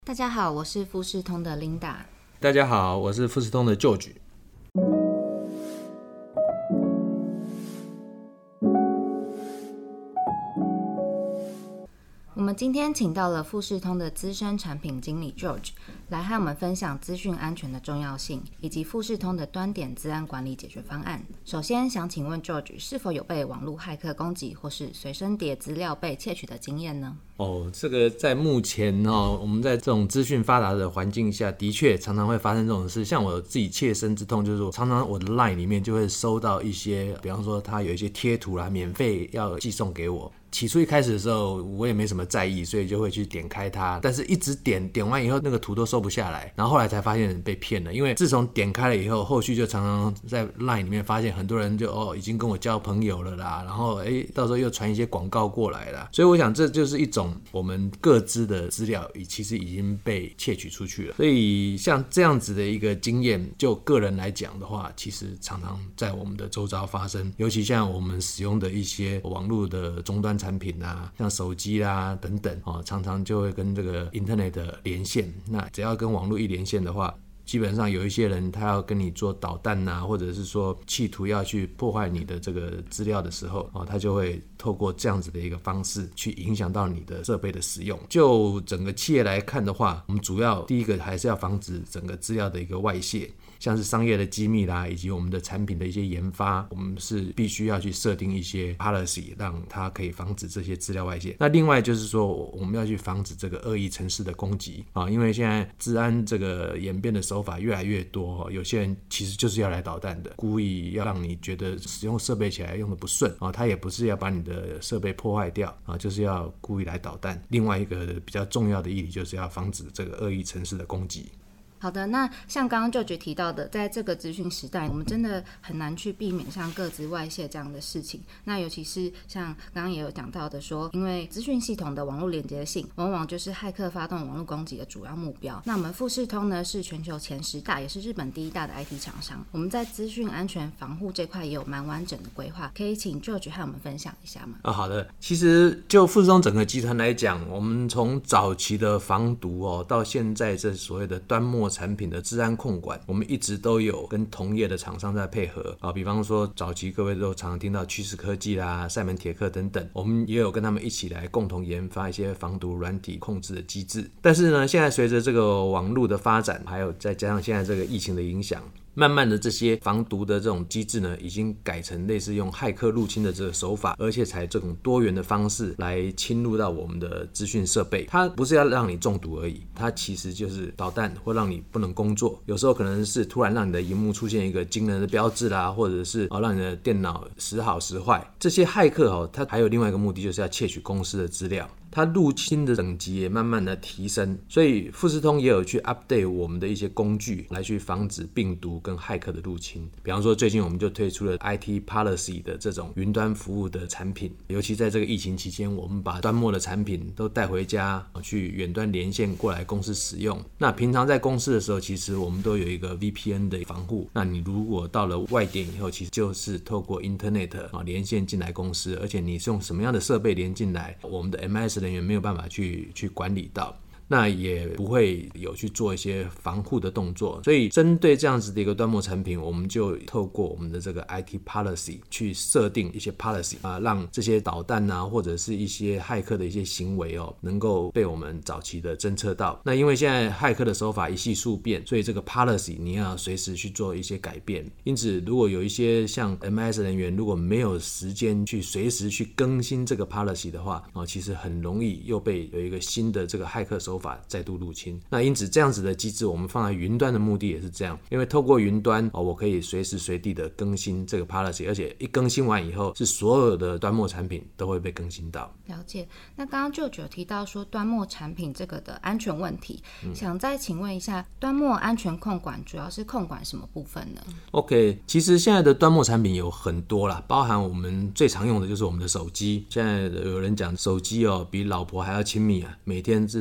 大家好，我是富士通的 Linda。 大家好，我是富士通的 George。 我们今天请到了富士通的资深产品经理 George 来和我们分享资讯安全的重要性，以及富士通的端点资安管理解决方案。首先想请问 George 是否有被网络骇客攻击或是随身碟资料被窃取的经验呢？ 这个在目前我们在这种资讯发达的环境下，的确常常会发生这种事。像我自己切身之痛，就是说常常我的 LINE 里面就会收到一些，比方说他有一些贴图啦，免费要寄送给我。起初一开始的时候我也没什么在意，所以就会去点开它，但是一直点完以后那个图都收不下来，然后后来才发现被骗了。因为自从点开了以后，后续就常常在 LINE 里面发现很多人就已经跟我交朋友了啦，然后到时候又传一些广告过来啦，所以我想这就是一种我们各自的资料其实已经被窃取出去了。所以像这样子的一个经验，就个人来讲的话，其实常常在我们的周遭发生，尤其像我们使用的一些网络的终端产品啊，像手机啦等等常常就会跟这个 Internet 连线。那只要跟网络一连线的话，基本上有一些人他要跟你做导弹啊，或者是说企图要去破坏你的这个资料的时候他就会透过这样子的一个方式去影响到你的设备的使用。就整个企业来看的话，我们主要第一个还是要防止整个资料的一个外泄，像是商业的机密啦，以及我们的产品的一些研发，我们是必须要去设定一些 policy， 让它可以防止这些资料外泄。那另外就是说，我们要去防止这个恶意程式的攻击因为现在治安这个演变的手法越来越多有些人其实就是要来捣蛋的，故意要让你觉得使用设备起来用的不顺他也不是要把你的设备破坏掉就是要故意来捣蛋。另外一个比较重要的议题就是要防止这个恶意程式的攻击。 好的，那像刚刚 George 提到的，在这个资讯时代，我们真的很难去避免像个资外泄这样的事情。那尤其是像刚刚也有讲到的说，因为资讯系统的网络连接性，往往就是骇客发动网络攻击的主要目标。那我们富士通呢，是全球前10大，也是日本第1大的 IT 厂商。我们在资讯安全防护这块也有蛮完整的规划，可以请 George 和我们分享一下吗？ 好的，其实就富士通整个集团来讲，我们从早期的防毒到现在这所谓的端末产品的治安控管，我们一直都有跟同业的厂商在配合比方说早期各位都常常听到趋势科技啦、赛门铁克等等，我们也有跟他们一起来共同研发一些防毒软体控制的机制。但是呢，现在随着这个网络的发展，还有再加上现在这个疫情的影响，慢慢的这些防毒的这种机制呢，已经改成类似用骇客入侵的这个手法，而且采这种多元的方式来侵入到我们的资讯设备。它不是要让你中毒而已，它其实就是导弹，会让你不能工作。有时候可能是突然让你的萤幕出现一个惊人的标志啦，或者是让你的电脑时好时坏。这些骇客它还有另外一个目的，就是要窃取公司的资料。它入侵的等级也慢慢的提升，所以富士通也有去 update 我们的一些工具来去防止病毒跟骇客的入侵。比方说最近我们就推出了 IT Policy 的这种云端服务的产品，尤其在这个疫情期间，我们把端末的产品都带回家去远端连线过来公司使用。那平常在公司的时候，其实我们都有一个 VPN 的防护，那你如果到了外点以后，其实就是透过 Internet 连线进来公司，而且你是用什么样的设备连进来，我们的 MS人员没有办法去管理到，那也不会有去做一些防护的动作。所以针对这样子的一个端末产品，我们就透过我们的这个 IT Policy 去设定一些 Policy让这些导弹或者是一些骇客的一些行为能够被我们早期的侦测到。那因为现在骇客的手法一系数变，所以这个 Policy 你要随时去做一些改变。因此如果有一些像 MS 人员如果没有时间去随时去更新这个 Policy 的话其实很容易又被有一个新的这个骇客手法再度入侵。那因此这样子的机制我们放在云端的目的也是这样，因为透过云端我可以随时随地的更新这个 policy， 而且一更新完以后是所有的端末产品都会被更新到。 了解。那刚刚就有提到说端末产品这个的安全问题，想再请问一下，端末安全控管主要是控管什么部分呢？ OK， 其实现在的端末产品有很多啦，包含我们最常用的就是我们的手机。现在有人讲手机比老婆还要亲密每天是不离身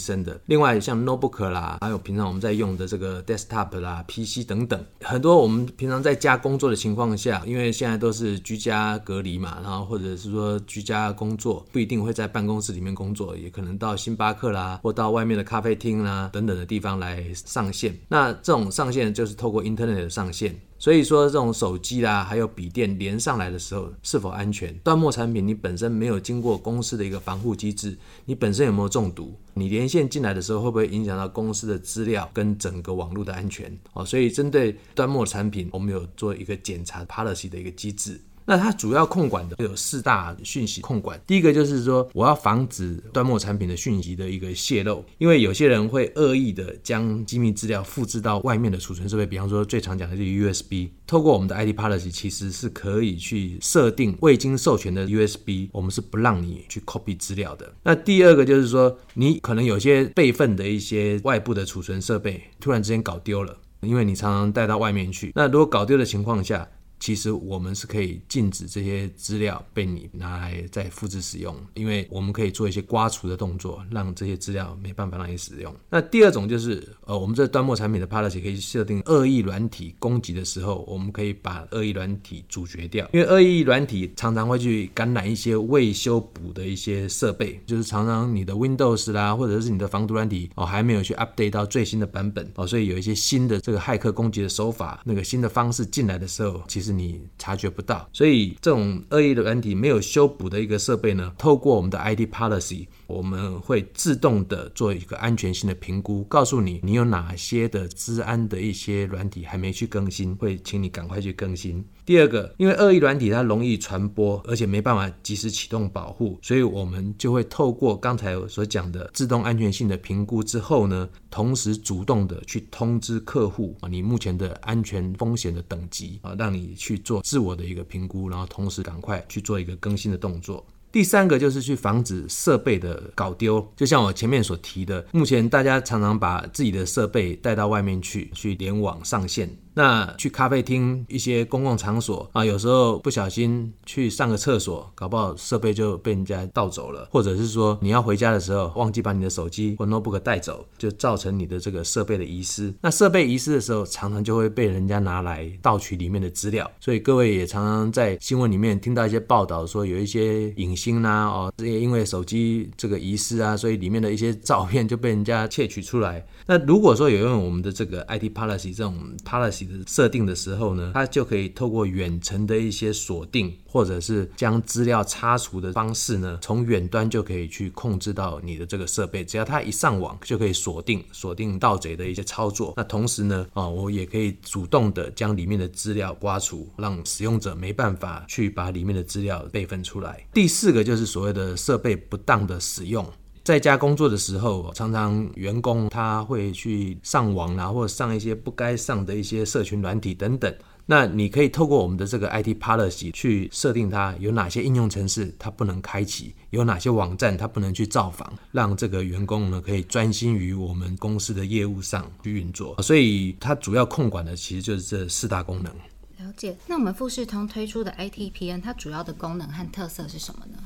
升的。另外像 notebook 啦，还有平常我们在用的这个 desktop 啦 PC 等等，很多我们平常在家工作的情况下，因为现在都是居家隔离嘛，然后或者是说居家工作，不一定会在办公室里面工作，也可能到星巴克啦或到外面的咖啡厅啦等等的地方来上线。那这种上线就是透过 Internet 的上线，所以说这种手机啦还有笔电连上来的时候是否安全，端末产品你本身没有经过公司的一个防护机制，你本身有没有中毒，你连线进来的时候会不会影响到公司的资料跟整个网络的安全，所以针对端末产品我们有做一个检查 policy 的一个机制。那它主要控管的有4大讯息控管。第一个就是说我要防止端末产品的讯息的一个泄露，因为有些人会恶意的将机密资料复制到外面的储存设备，比方说最常讲的就是 USB， 透过我们的 IT policy 其实是可以去设定未经授权的 USB 我们是不让你去 copy 资料的。那第二个就是说你可能有些备份的一些外部的储存设备突然之间搞丢了，因为你常常带到外面去，那如果搞丢的情况下，其实我们是可以禁止这些资料被你拿来再复制使用，因为我们可以做一些刮除的动作，让这些资料没办法让你使用。那第二种就是我们这端末产品的 policy 可以设定恶意软体攻击的时候，我们可以把恶意软体阻绝掉，因为恶意软体常常会去感染一些未修补的一些设备，就是常常你的 Windows 啦，或者是你的防毒软体还没有去 update 到最新的版本所以有一些新的这个骇客攻击的手法，那个新的方式进来的时候，其实你察觉不到。所以这种恶意的软体没有修补的一个设备呢，透过我们的 IT policy， 我们会自动的做一个安全性的评估，告诉你有哪些的资安的一些软体还没去更新，会请你赶快去更新。第二个，因为恶意软体它容易传播，而且没办法及时启动保护，所以我们就会透过刚才我所讲的自动安全性的评估之后呢，同时主动的去通知客户你目前的安全风险的等级让你去做自我的一个评估，然后同时赶快去做一个更新的动作。第三个就是去防止设备的搞丢，就像我前面所提的，目前大家常常把自己的设备带到外面去联网上线，那去咖啡厅一些公共场所有时候不小心去上个厕所，搞不好设备就被人家盗走了，或者是说你要回家的时候忘记把你的手机或 notebook 带走，就造成你的这个设备的遗失。那设备遗失的时候常常就会被人家拿来盗取里面的资料，所以各位也常常在新闻里面听到一些报道说有一些影星啦因为手机这个遗失所以里面的一些照片就被人家窃取出来。那如果说有用我们的这个 IT policy 这种 policy 的设定的时候呢，它就可以透过远程的一些锁定，或者是将资料擦除的方式呢，从远端就可以去控制到你的这个设备，只要它一上网就可以锁定盗贼的一些操作。那同时呢我也可以主动的将里面的资料刮除，让使用者没办法去把里面的资料备份出来。第四个就是所谓的设备不当的使用。在家工作的时候，常常员工他会去上网或者上一些不该上的一些社群软体等等，那你可以透过我们的这个 IT policy 去设定它有哪些应用程式它不能开启，有哪些网站它不能去造访，让这个员工呢可以专心于我们公司的业务上去运作。所以它主要控管的其实就是这4大功能。 了解。那我们富士通推出的 ITPN 它主要的功能和特色是什么呢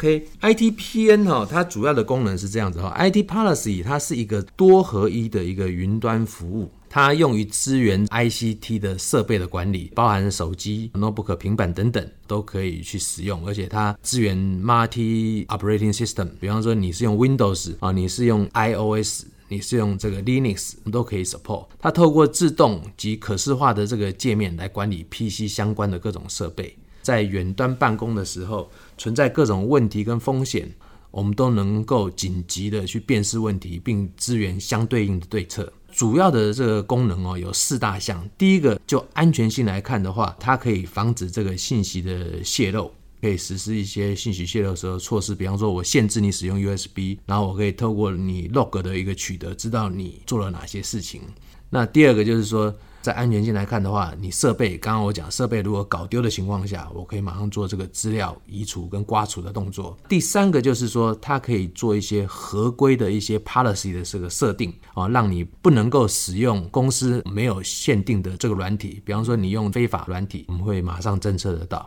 ？ITPN 它主要的功能是这样子IT Policy 它是一个多合一的一个云端服务，它用于支援 ICT 的设备的管理，包含手机、notebook、平板等等都可以去使用，而且它支援 Multi Operating System， 比方说你是用 Windows 你是用 iOS，你是用这个 Linux 都可以 support。 它透过自动及可视化的这个界面来管理 PC 相关的各种设备，在远端办公的时候存在各种问题跟风险，我们都能够紧急的去辨识问题，并支援相对应的对策。主要的这个功能有4大项。第一个，就安全性来看的话，它可以防止这个信息的泄露，可以实施一些信息泄露的时候措施，比方说我限制你使用 USB， 然后我可以透过你 log 的一个取得，知道你做了哪些事情。那第二个就是说，在安全性来看的话，你设备刚刚我讲设备如果搞丢的情况下，我可以马上做这个资料移除跟刮除的动作。第三个就是说，它可以做一些合规的一些 policy 的这个设定让你不能够使用公司没有限定的这个软体，比方说你用非法软体，我们会马上侦测得到。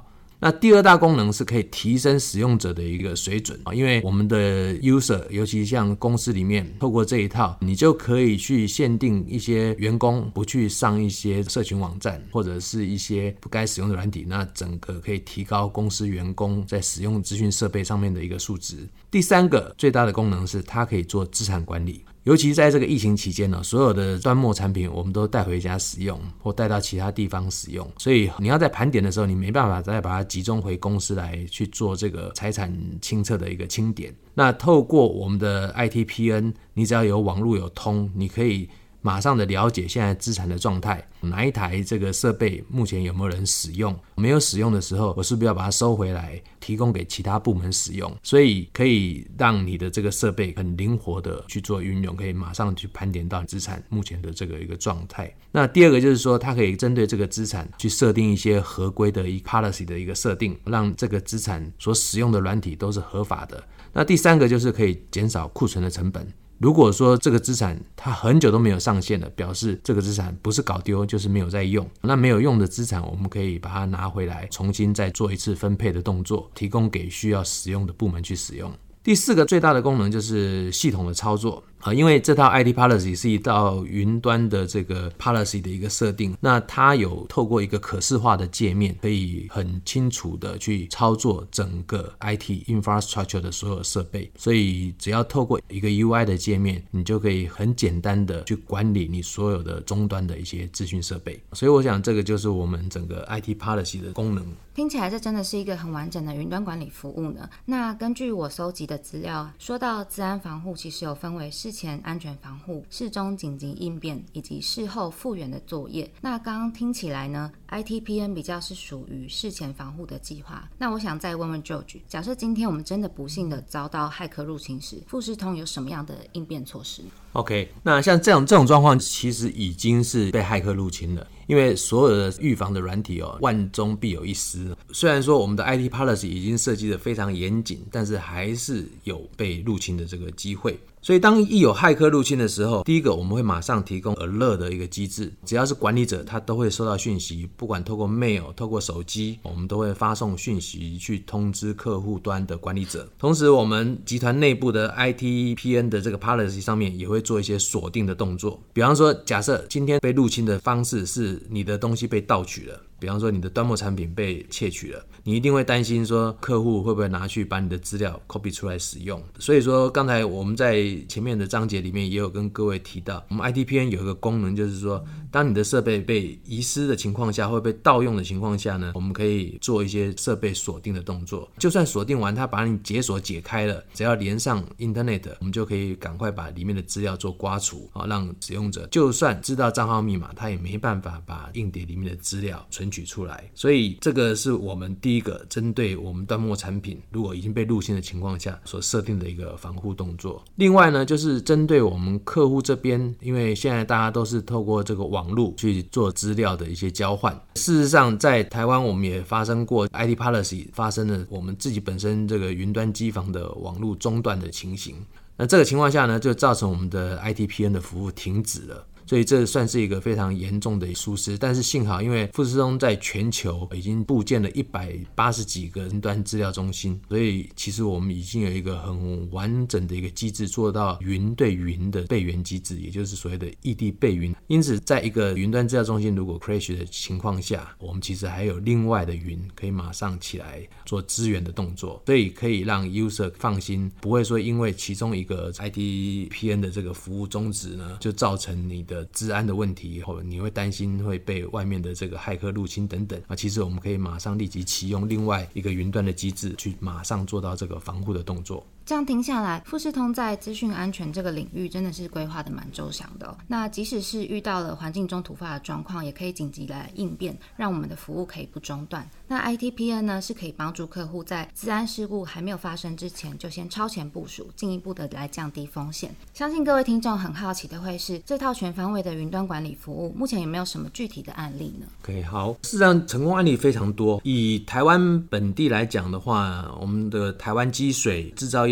那第二大功能是可以提升使用者的一个水准，因为我们的 user 尤其像公司里面透过这一套，你就可以去限定一些员工不去上一些社群网站或者是一些不该使用的软体，那整个可以提高公司员工在使用资讯设备上面的一个数值。第三个最大的功能是它可以做资产管理，尤其在这个疫情期间呢，所有的端末产品我们都带回家使用或带到其他地方使用，所以你要在盘点的时候，你没办法再把它集中回公司来去做这个财产清册的一个清点。那透过我们的 ITPN， 你只要有网络有通，你可以马上的了解现在资产的状态，哪一台这个设备目前有没有人使用，没有使用的时候我是不是要把它收回来提供给其他部门使用，所以可以让你的这个设备很灵活的去做运用，可以马上去盘点到资产目前的这个一个状态。那第二个就是说它可以针对这个资产去设定一些合规的一个 policy 的一个设定，让这个资产所使用的软体都是合法的。那第三个就是可以减少库存的成本，如果说这个资产它很久都没有上线了，表示这个资产不是搞丢就是没有在用，那没有用的资产我们可以把它拿回来重新再做一次分配的动作，提供给需要使用的部门去使用。第四个最大的功能就是系统的操作，因为这套 IT Policy 是一道云端的这个 Policy 的一个设定，那它有透过一个可视化的界面，可以很清楚的去操作整个 IT Infrastructure 的所有设备，所以只要透过一个 UI 的界面，你就可以很简单的去管理你所有的终端的一些资讯设备，所以我想这个就是我们整个 IT Policy 的功能。 听起来这真的是一个很完整的云端管理服务呢。那根据我搜集的资料，说到资安防护其实有分为事前安全防护、事中紧急应变以及事后复原的作业。那刚刚听起来呢， ITPN 比较是属于事前防护的计划。那我想再问问 George， 假设今天我们真的不幸的遭到骇客入侵时，富士通有什么样的应变措施？ OK， 那像这种状况其实已经是被骇客入侵了，因为所有的预防的软体万中必有一失。虽然说我们的 IT Policy 已经设计得非常严谨，但是还是有被入侵的这个机会。所以当一有骇客入侵的时候，第一个我们会马上提供 alert 的一个机制，只要是管理者他都会收到讯息，不管透过 mail 透过手机，我们都会发送讯息去通知客户端的管理者。同时我们集团内部的 ITPN 的这个 policy 上面也会做一些锁定的动作，比方说假设今天被入侵的方式是你的东西被盗取了，比方说你的端末产品被窃取了，你一定会担心说客户会不会拿去把你的资料 copy 出来使用。所以说刚才我们在前面的章节里面也有跟各位提到，我们 ITPN 有一个功能，就是说当你的设备被遗失的情况下，会被盗用的情况下呢，我们可以做一些设备锁定的动作。就算锁定完它把你解锁解开了，只要连上 Internet， 我们就可以赶快把里面的资料做刮除，让使用者就算知道账号密码，他也没办法把硬碟里面的资料存取出来。所以这个是我们第一个针对我们端末产品如果已经被入侵的情况下所设定的一个防护动作。另外呢，就是针对我们客户这边，因为现在大家都是透过这个网络去做资料的一些交换，事实上在台湾我们也发生过 IT Policy 发生了我们自己本身这个云端机房的网络中断的情形，那这个情况下呢，就造成我们的 ITPN 的服务停止了。所以这算是一个非常严重的疏失，但是幸好因为富士通在全球已经布建了180几个云端资料中心，所以其实我们已经有一个很完整的一个机制，做到云对云的备援机制，也就是所谓的异地备云。因此在一个云端资料中心如果 crash 的情况下，我们其实还有另外的云可以马上起来做支援的动作，所以可以让 user 放心，不会说因为其中一个 ITPN 的这个服务终止呢，就造成你的治安的问题，或你会担心会被外面的这个骇客入侵等等其实我们可以马上立即启用另外一个云端的机制，去马上做到这个防护的动作。 这样听下来，富士通在资讯安全这个领域真的是规划的蛮周详的那即使是遇到了环境中突发的状况，也可以紧急来应变，让我们的服务可以不中断。那 ITPN 呢，是可以帮助客户在资安事故还没有发生之前，就先超前部署，进一步的来降低风险。相信各位听众很好奇的会是，这套全方位的云端管理服务，目前有没有什么具体的案例呢？ OK， 好，事实上成功案例非常多。以台湾本地来讲的话，我们的台湾积水制造业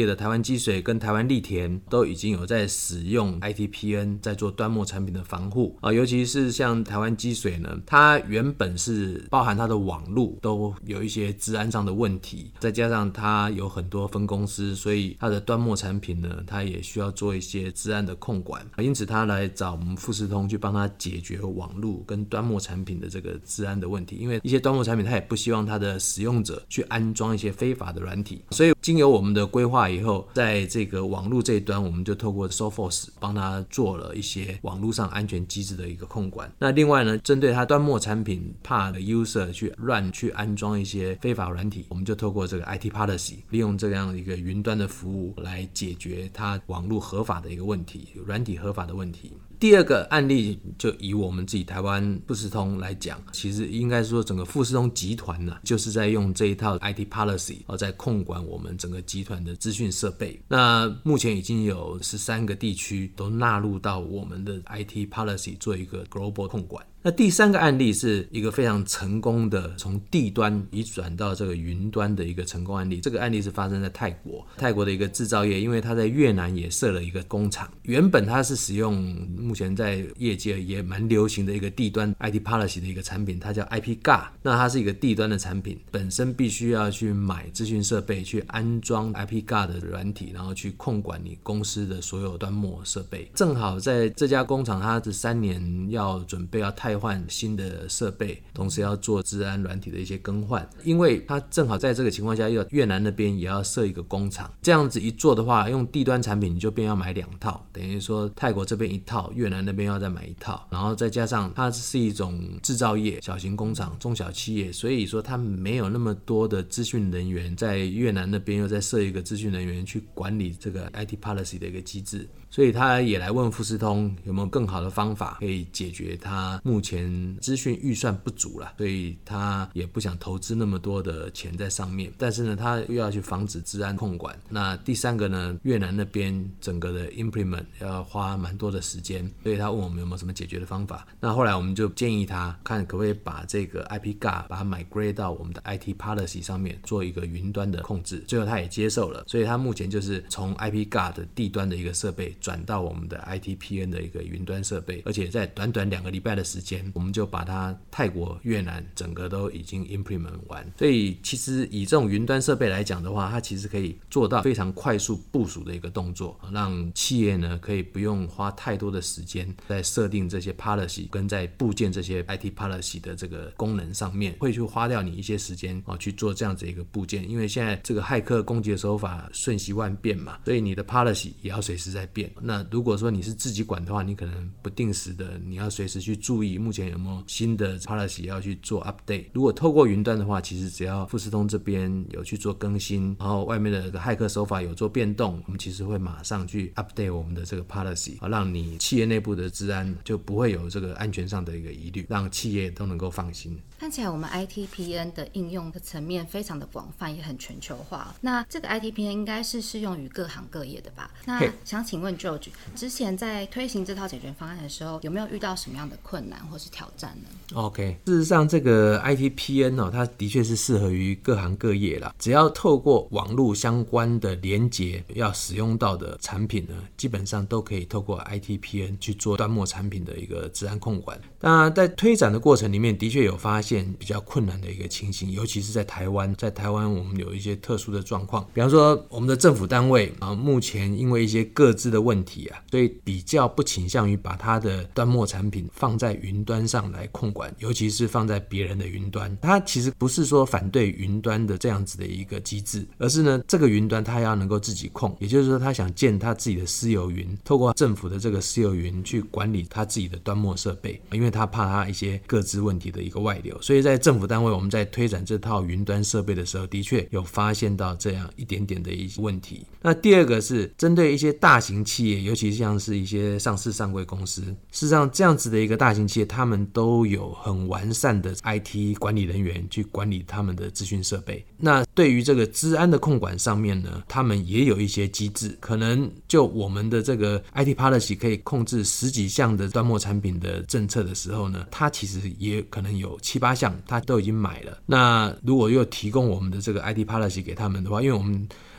业的台湾积水跟台湾力田都已经有在使用 ITPN 在做端末产品的防护尤其是像台湾积水呢，它原本是包含它的网路都有一些治安上的问题，再加上它有很多分公司，所以它的端末产品呢，它也需要做一些治安的控管，因此它来找我们富士通去帮它解决网路跟端末产品的这个治安的问题，因为一些端末产品它也不希望它的使用者去安装一些非法的软体，所以经由我们的规划以后，在这个网路这一端，我们就透过 Sophos 帮它做了一些网路上安全机制的一个控管。那另外呢，针对它端末产品怕的 user 去安装一些非法软体，我们就透过这个 IT Policy 利用这样一个云端的服务来解决它网路合法的一个问题，软体合法的问题。第二个案例就以我们自己台湾富士通来讲，其实应该说整个富士通集团呢，就是在用这一套 IT Policy 在控管我们整个集团的资讯设备。那目前已经有13个地区都纳入到我们的 IT Policy 做一个 Global 控管。那第三个案例是一个非常成功的从地端移转到这个云端的一个成功案例。这个案例是发生在泰国的一个制造业，因为它在越南也设了一个工厂，原本它是使用目前在业界也蛮流行的一个地端 IT Policy 的一个产品，它叫 IPGA。 那它是一个地端的产品，本身必须要去买资讯设备去安装 IPGA 的软体，然后去控管你公司的所有端末设备。正好在这家工厂它这3年要准备要汰换新的设备，同时要做治安软体的一些更换，因为它正好在这个情况下越南那边也要设一个工厂，这样子一做的话，用地端产品你就变要买2套，等于说泰国这边1套，越南那边要再买1套，然后再加上它是一种制造业，小型工厂中小企业，所以说它没有那么多的资讯人员，在越南那边又再设一个资讯人员去管理这个 IT Policy 的一个机制，所以他也来问富士通有没有更好的方法可以解决他目前资讯预算不足啦，所以他也不想投资那么多的钱在上面，但是呢他又要去防止治安控管。那第三个呢，越南那边整个的 implement 要花蛮多的时间，所以他问我们有没有什么解决的方法。那后来我们就建议他看可不可以把这个 IPGA 把它 migrate 到我们的 IT Policy 上面做一个云端的控制，最后他也接受了，所以他目前就是从 IPGA 的地端的一个设备转到我们的 ITPN 的一个云端设备，而且在短短2个礼拜的时间，我们就把它泰国、越南整个都已经 implement 完。所以其实以这种云端设备来讲的话，它其实可以做到非常快速部署的一个动作，让企业呢可以不用花太多的时间在设定这些 policy 跟在部件这些 IT policy 的这个功能上面，会去花掉你一些时间去做这样子一个部件。因为现在这个骇客攻击的手法瞬息万变嘛，所以你的 policy 也要随时在变。那如果说你是自己管的话，你可能不定时的你要随时去注意目前有没有新的 policy 要去做 update。 如果透过云端的话，其实只要富士通这边有去做更新，然后外面的骇客手法有做变动，我们其实会马上去 update 我们的这个 policy， 让你企业内部的治安就不会有这个安全上的一个疑虑，让企业都能够放心。 看起来我们 ITPN 的应用的层面非常的广泛，也很全球化。那这个 ITPN 应该是适用于各行各业的吧？那想请问 George， 之前在推行这套解决方案的时候，有没有遇到什么样的困难或是挑战呢？ OK， 事实上这个 ITPN 它的确是适合于各行各业啦，只要透过网络相关的连结要使用到的产品呢，基本上都可以透过 ITPN 去做端末产品的一个治安控管。那在推展的过程里面，的确有发现比较困难的一个情形，尤其是在台湾我们有一些特殊的状况，比方说我们的政府单位目前因为一些各自的问题所以比较不倾向于把它的端末产品放在云端上来控管，尤其是放在别人的云端。它其实不是说反对云端的这样子的一个机制，而是呢这个云端它要能够自己控，也就是说他想建他自己的私有云，透过政府的这个私有云去管理他自己的端末设备，因为他怕他一些各自问题的一个外流。所以在政府单位我们在推展这套云端设备的时候，的确有发现到这样一点点的一些问题。那第二个是针对一些大型企业，尤其像是一些上市上柜公司，事实上这样子的一个大型企业，他们都有很完善的 IT 管理人员去管理他们的资讯设备。那对于这个治安的控管上面呢，他们也有一些机制，可能就我们的这个 IT Policy 可以控制10几项的端末产品的政策的时候呢，它其实也可能有7、8项它都已经买了。那如果又提供我们的这个 IT Policy 给他们的话，因为我们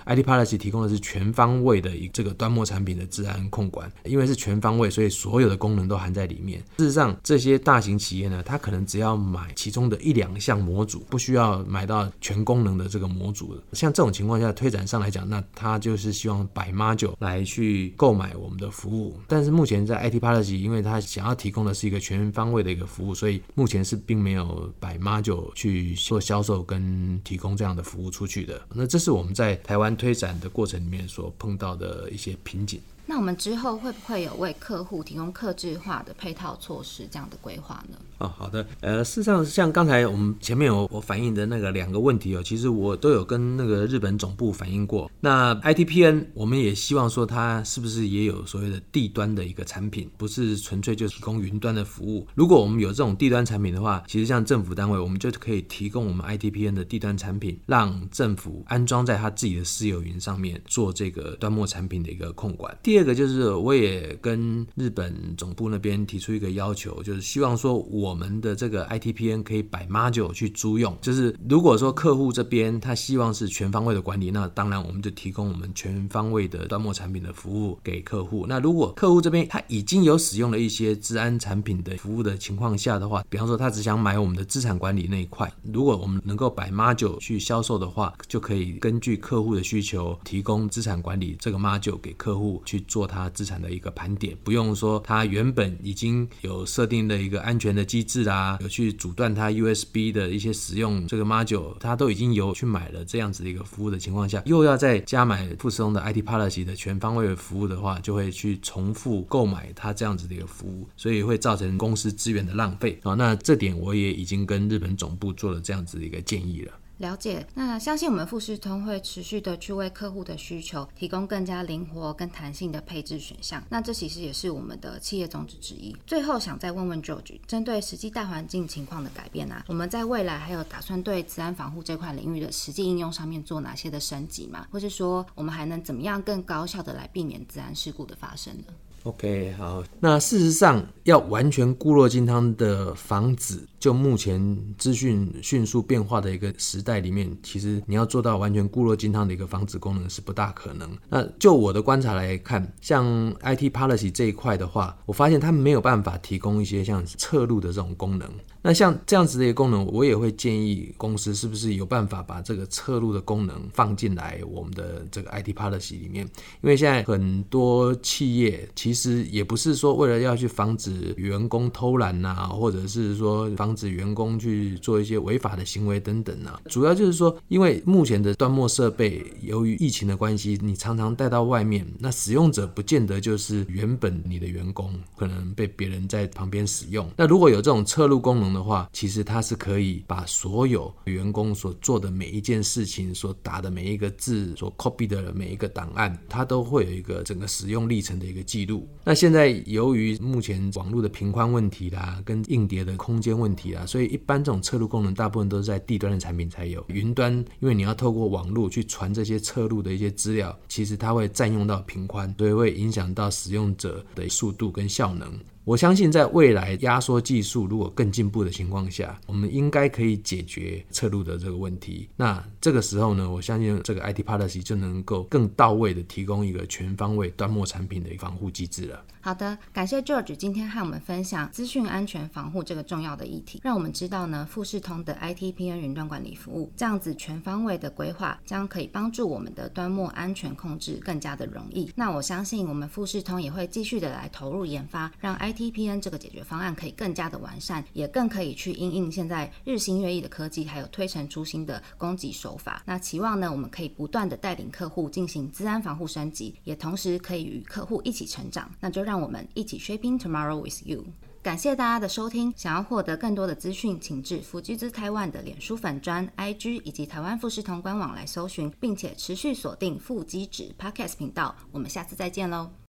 IT Policy 提供的是全方位的这个端末产品的资安控管，因为是全方位，所以所有的功能都含在里面。事实上这些大型企业呢，它可能只要买其中的1-2项模组，不需要买到全功能的这个模组。像这种情况下，推展上来讲，那他就是希望摆 module 来去购买我们的服务。但是目前在 IT Policy， 因为他想要提供的是一个全方位的一个服务，所以目前是并没有摆 module 去做销售跟提供这样的服务出去的。那这是我们在台湾推展的过程里面所碰到的一些瓶颈。 那我们之后会不会有为客户提供客制化的配套措施这样的规划呢？ 好的，事实上像刚才我们前面我反映的那个2个问题其实我都有跟那个日本总部反映过。那 ITPN 我们也希望说它是不是也有所谓的地端的一个产品，不是纯粹就提供云端的服务。如果我们有这种地端产品的话，其实像政府单位我们就可以提供我们 ITPN 的地端产品，让政府安装在他自己的私有云上面做这个端末产品的一个控管。第二个就是我也跟日本总部那边提出一个要求，就是希望说我们的这个 ITPN 可以摆 module 去租用，就是如果说客户这边他希望是全方位的管理，那当然我们就提供我们全方位的端末产品的服务给客户。那如果客户这边他已经有使用了一些资安产品的服务的情况下的话，比方说他只想买我们的资产管理那一块，如果我们能够摆 module 去销售的话，就可以根据客户的需求提供资产管理这个 module 给客户去做他资产的一个盘点，不用说他原本已经有设定的一个安全的机制啊，有去阻断他 USB 的一些使用这个 module， 他都已经有去买了这样子的一个服务的情况下，又要再加买富士通的 IT Policy 的全方位的服务的话，就会去重复购买他这样子的一个服务，所以会造成公司资源的浪费。那这点我也已经跟日本总部做了这样子的一个建议了。 了解，那相信我们富士通会持续的去为客户的需求提供更加灵活跟弹性的配置选项，那这其实也是我们的企业宗旨之一。最后想再问问 George， 针对实际大环境情况的改变我们在未来还有打算对资安防护这块领域的实际应用上面做哪些的升级吗？或是说我们还能怎么样更高效的来避免资安事故的发生呢 ？OK， 好，那事实上要完全固若金汤的防止，就目前资讯迅速变化的一个时代里面，其实你要做到完全固若金汤的一个防止功能是不大可能。那就我的观察来看，像 IT Policy 这一块的话，我发现他们没有办法提供一些像侧录的这种功能。那像这样子的一个功能，我也会建议公司是不是有办法把这个侧录的功能放进来我们的这个 IT Policy 里面。因为现在很多企业其实也不是说为了要去防止员工偷懒或者是说防止员工去做一些违法的行为等等主要就是说因为目前的端末设备由于疫情的关系，你常常带到外面，那使用者不见得就是原本你的员工，可能被别人在旁边使用。那如果有这种侧录功能的话，其实它是可以把所有员工所做的每一件事情，所打的每一个字，所 copy 的每一个档案，它都会有一个整个使用历程的一个记录。那现在由于目前网络的频宽问题啦，跟硬碟的空间问题啦，所以一般这种侧录功能大部分都是在地端的产品才有。云端因为你要透过网络去传这些侧录的一些资料，其实它会占用到频宽，所以会影响到使用者的速度跟效能。我相信在未来压缩技术如果更进步的情况下，我们应该可以解决侧录的这个问题。那这个时候呢，我相信这个 IT Policy 就能够更到位的提供一个全方位端末产品的防护机制了。 好的，感谢 George 今天和我们分享资讯安全防护这个重要的议题，让我们知道呢富士通的 ITPN 云端管理服务这样子全方位的规划，将可以帮助我们的端末安全控制更加的容易。那我相信我们富士通也会继续的来投入研发，让 ITPN 这个解决方案可以更加的完善，也更可以去因应现在日新月异的科技，还有推陈出新的攻击手法。那期望呢我们可以不断的带领客户进行资安防护升级，也同时可以与客户一起成长。那就让我们一起 Shaping Tomorrow with You。感谢大家的收听，想要获得更多的资讯，请至富居资台湾的脸书粉专、IG 以及台湾富士通官网来搜寻，并且持续锁定富基指 Podcast 频道。我们下次再见喽。